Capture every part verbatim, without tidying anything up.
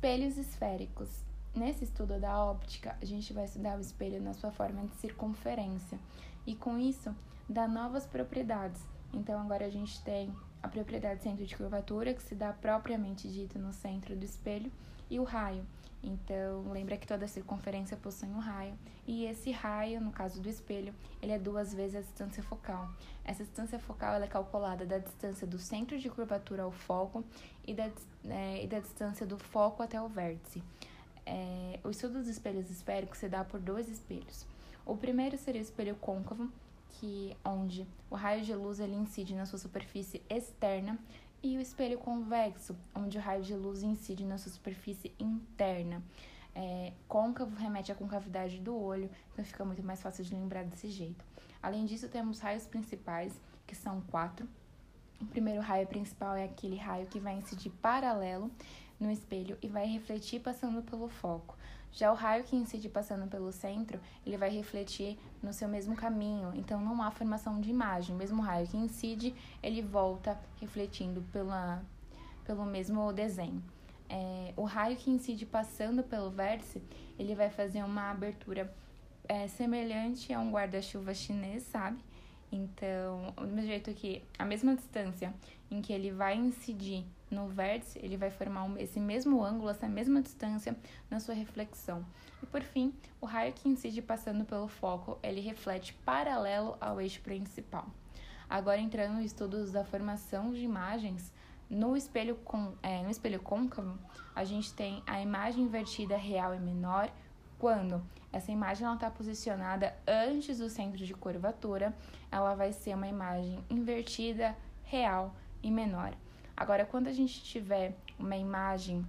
Espelhos esféricos. Nesse estudo da óptica, a gente vai estudar o espelho na sua forma de circunferência e, com isso, dá novas propriedades. Então, agora a gente tem a propriedade centro de curvatura, que se dá propriamente dito no centro do espelho, e o raio. Então, lembra que toda circunferência possui um raio, e esse raio, no caso do espelho, ele é duas vezes a distância focal. Essa distância focal ela é calculada da distância do centro de curvatura ao foco e da, é, e da distância do foco até o vértice. É, o estudo dos espelhos esféricos se dá por dois espelhos. O primeiro seria o espelho côncavo, que, onde o raio de luz ele incide na sua superfície externa, e o espelho convexo, onde o raio de luz incide na sua superfície interna. É, côncavo remete à concavidade do olho, então fica muito mais fácil de lembrar desse jeito. Além disso, temos raios principais, que são quatro. O primeiro raio principal é aquele raio que vai incidir paralelo no espelho e vai refletir passando pelo foco. Já o raio que incide passando pelo centro, ele vai refletir no seu mesmo caminho, então não há formação de imagem. O mesmo raio que incide, ele volta refletindo pela, pelo mesmo desenho. É, o raio que incide passando pelo vértice, ele vai fazer uma abertura é, semelhante a um guarda-chuva chinês, sabe? Então, do mesmo jeito que a mesma distância em que ele vai incidir no vértice, ele vai formar esse mesmo ângulo, essa mesma distância na sua reflexão. E por fim, o raio que incide passando pelo foco, ele reflete paralelo ao eixo principal. Agora, entrando nos estudos da formação de imagens, no espelho, com, é, no espelho côncavo, a gente tem a imagem invertida real e menor, quando essa imagem está posicionada antes do centro de curvatura, ela vai ser uma imagem invertida, real e menor. Agora, quando a gente tiver uma imagem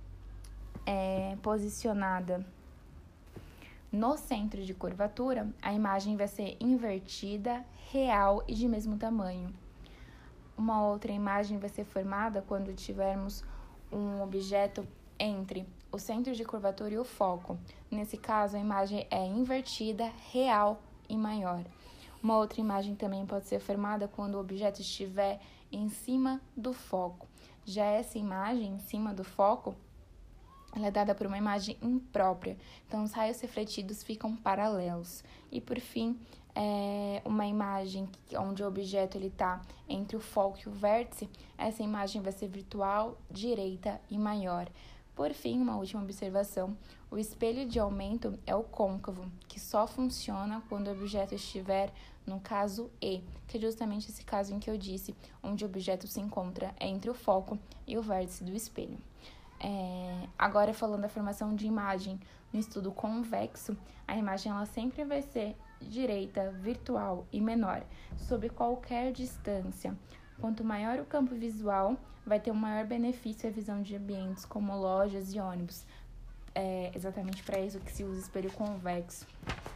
é, posicionada no centro de curvatura, a imagem vai ser invertida, real e de mesmo tamanho. Uma outra imagem vai ser formada quando tivermos um objeto entre o centro de curvatura e o foco. Nesse caso, a imagem é invertida, real e maior. Uma outra imagem também pode ser formada quando o objeto estiver em cima do foco. Já essa imagem em cima do foco, ela é dada por uma imagem imprópria. Então, os raios refletidos ficam paralelos. E, por fim, é uma imagem onde o objeto está entre o foco e o vértice. Essa imagem vai ser virtual, direita e maior. Por fim, uma última observação, o espelho de aumento é o côncavo, que só funciona quando o objeto estiver no caso E, que é justamente esse caso em que eu disse, onde o objeto se encontra entre o foco e o vértice do espelho. É, agora, falando da formação de imagem no estudo convexo, a imagem ela sempre vai ser direita, virtual e menor, sob qualquer distância. Quanto maior o campo visual, vai ter um maior benefício à visão de ambientes como lojas e ônibus. É exatamente para isso que se usa espelho convexo.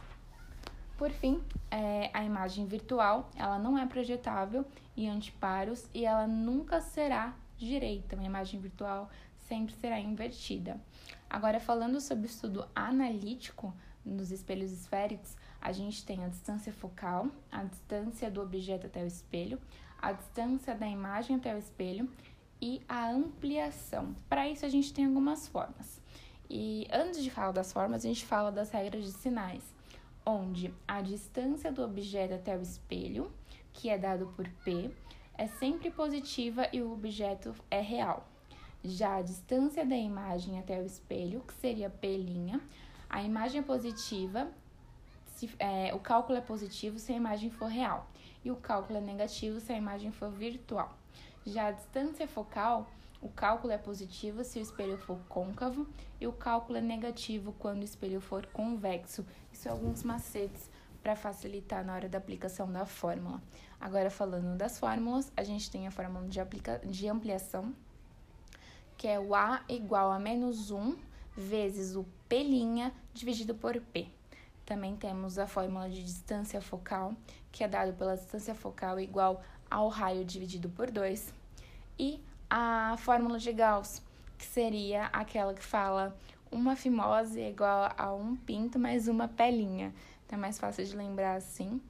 Por fim, é, a imagem virtual, ela não é projetável em antiparos e ela nunca será direita. Uma imagem virtual sempre será invertida. Agora, falando sobre o estudo analítico nos espelhos esféricos, a gente tem a distância focal, a distância do objeto até o espelho, a distância da imagem até o espelho e a ampliação. Para isso, a gente tem algumas formas. E antes de falar das formas, a gente fala das regras de sinais, onde a distância do objeto até o espelho, que é dado por P, é sempre positiva e o objeto é real. Já a distância da imagem até o espelho, que seria P', a imagem é positiva, se, é, o cálculo é positivo se a imagem for real, e o cálculo é negativo se a imagem for virtual. Já a distância focal, o cálculo é positivo se o espelho for côncavo, e o cálculo é negativo quando o espelho for convexo. Isso são alguns macetes para facilitar na hora da aplicação da fórmula. Agora, falando das fórmulas, a gente tem a fórmula de, aplica- de ampliação, que é o A igual a menos um vezes o P' dividido por P. Também temos a fórmula de distância focal, que é dado pela distância focal igual ao raio dividido por dois. E a fórmula de Gauss, que seria aquela que fala uma fimose é igual a um pinto mais uma pelinha. Então, é mais fácil de lembrar assim,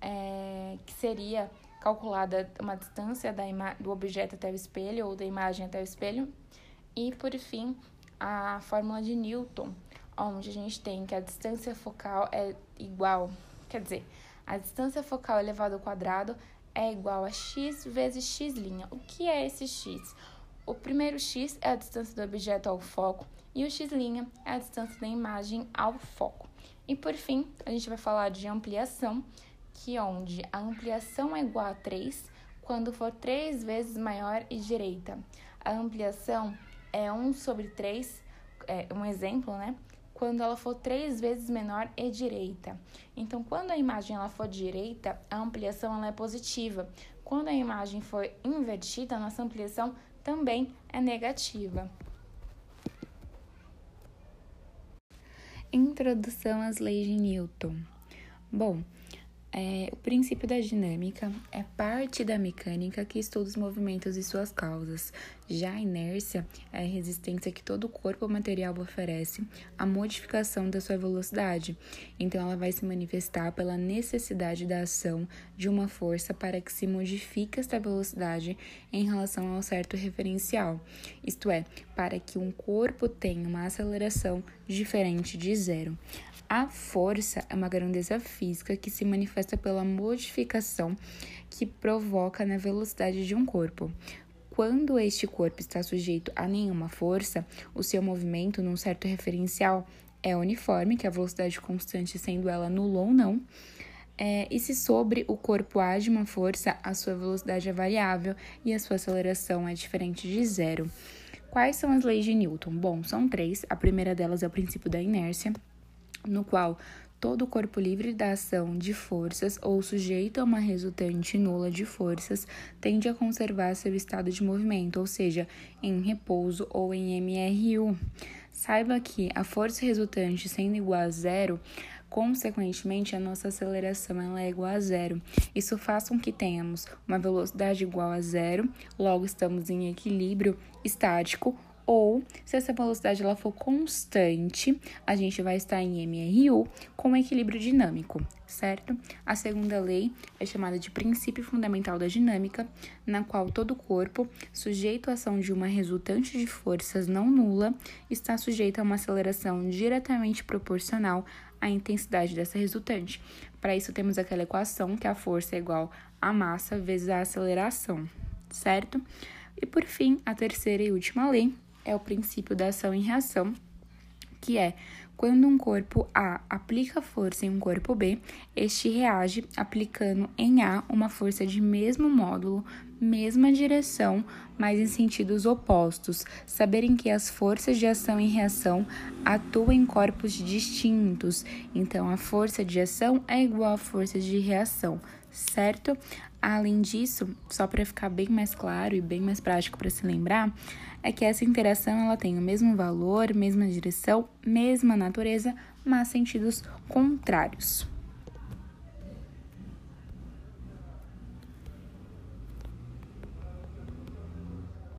é, que seria calculada uma distância da ima- do objeto até o espelho ou da imagem até o espelho. E, por fim, a fórmula de Newton, onde a gente tem que a distância focal é igual, quer dizer, a distância focal elevado ao quadrado é igual a x vezes x'. O que é esse x? O primeiro x é a distância do objeto ao foco e o x' é a distância da imagem ao foco. E por fim, a gente vai falar de ampliação, que onde a ampliação é igual a três quando for três vezes maior e direita. A ampliação é um sobre três, é um exemplo, né? Quando ela for três vezes menor e direita. Então, quando a imagem ela for direita, a ampliação ela é positiva. Quando a imagem for invertida, a nossa ampliação também é negativa. Introdução às leis de Newton. Bom, é, o princípio da dinâmica é parte da mecânica que estuda os movimentos e suas causas. Já a inércia é a resistência que todo corpo ou material oferece à modificação da sua velocidade. Então, ela vai se manifestar pela necessidade da ação de uma força para que se modifique esta velocidade em relação ao certo referencial. Isto é, para que um corpo tenha uma aceleração diferente de zero. A força é uma grandeza física que se manifesta pela modificação que provoca na velocidade de um corpo. Quando este corpo está sujeito a nenhuma força, o seu movimento num certo referencial é uniforme, que é a velocidade constante, sendo ela nula ou não. É, e se sobre o corpo age uma força, a sua velocidade é variável e a sua aceleração é diferente de zero. Quais são as leis de Newton? Bom, são três. A primeira delas é o princípio da inércia, no qual todo corpo livre da ação de forças ou sujeito a uma resultante nula de forças tende a conservar seu estado de movimento, ou seja, em repouso ou em M R U. Saiba que a força resultante sendo igual a zero, consequentemente, a nossa aceleração ela é igual a zero. Isso faz com que tenhamos uma velocidade igual a zero, logo estamos em equilíbrio estático, ou, se essa velocidade ela for constante, a gente vai estar em M R U com equilíbrio dinâmico, certo? A segunda lei é chamada de princípio fundamental da dinâmica, na qual todo corpo, sujeito à ação de uma resultante de forças não nula, está sujeito a uma aceleração diretamente proporcional à intensidade dessa resultante. Para isso, temos aquela equação que a força é igual à massa vezes a aceleração, certo? E, por fim, a terceira e última lei é o princípio da ação e reação, que é quando um corpo A aplica força em um corpo B, este reage aplicando em A uma força de mesmo módulo, mesma direção, mas em sentidos opostos. Saberem que as forças de ação e reação atuam em corpos distintos, então a força de ação é igual à força de reação, certo? Além disso, só para ficar bem mais claro e bem mais prático para se lembrar, é que essa interação ela tem o mesmo valor, mesma direção, mesma natureza, mas sentidos contrários.